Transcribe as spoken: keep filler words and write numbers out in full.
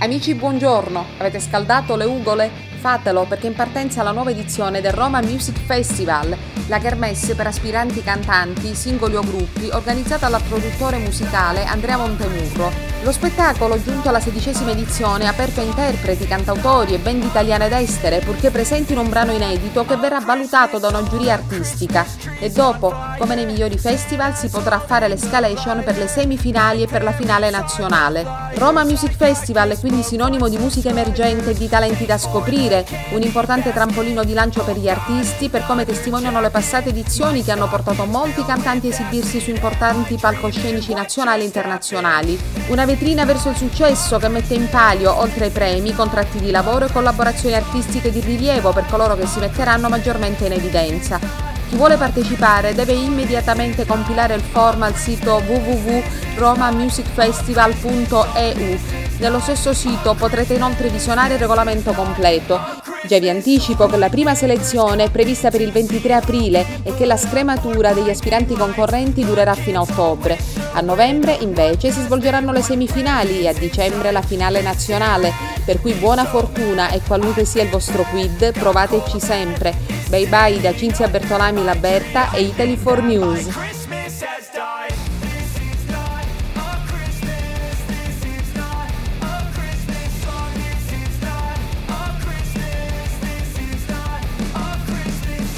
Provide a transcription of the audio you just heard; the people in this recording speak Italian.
Amici, buongiorno! Avete scaldato le ugole? Fatelo, perché in partenza la nuova edizione del Roma Music Festival, la kermesse per aspiranti cantanti, singoli o gruppi, organizzata dal produttore musicale Andrea Montemurro. Lo spettacolo, giunto alla sedicesima edizione, è aperto a interpreti, cantautori e band italiane ed estere, purché presentino un brano inedito che verrà valutato da una giuria artistica. E dopo, come nei migliori festival, si potrà fare l'escalation per le semifinali e per la finale nazionale. Roma Music Festival è quindi sinonimo di musica emergente e di talenti da scoprire, un importante trampolino di lancio per gli artisti, per come testimoniano le passate edizioni che hanno portato molti cantanti a esibirsi su importanti palcoscenici nazionali e internazionali. Una vetrina verso il successo che mette in palio, oltre ai premi, contratti di lavoro e collaborazioni artistiche di rilievo per coloro che si metteranno maggiormente in evidenza. Chi vuole partecipare deve immediatamente compilare il form al sito w w w punto roma music festival punto e u. Nello stesso sito potrete inoltre visionare il regolamento completo. Già vi anticipo che la prima selezione è prevista per il ventitré aprile e che la scrematura degli aspiranti concorrenti durerà fino a ottobre. A novembre, invece, si svolgeranno le semifinali e a dicembre la finale nazionale, per cui buona fortuna e qualunque sia il vostro quid, provateci sempre. Bye bye da Cinzia Bertolami Laberta e Italy four News.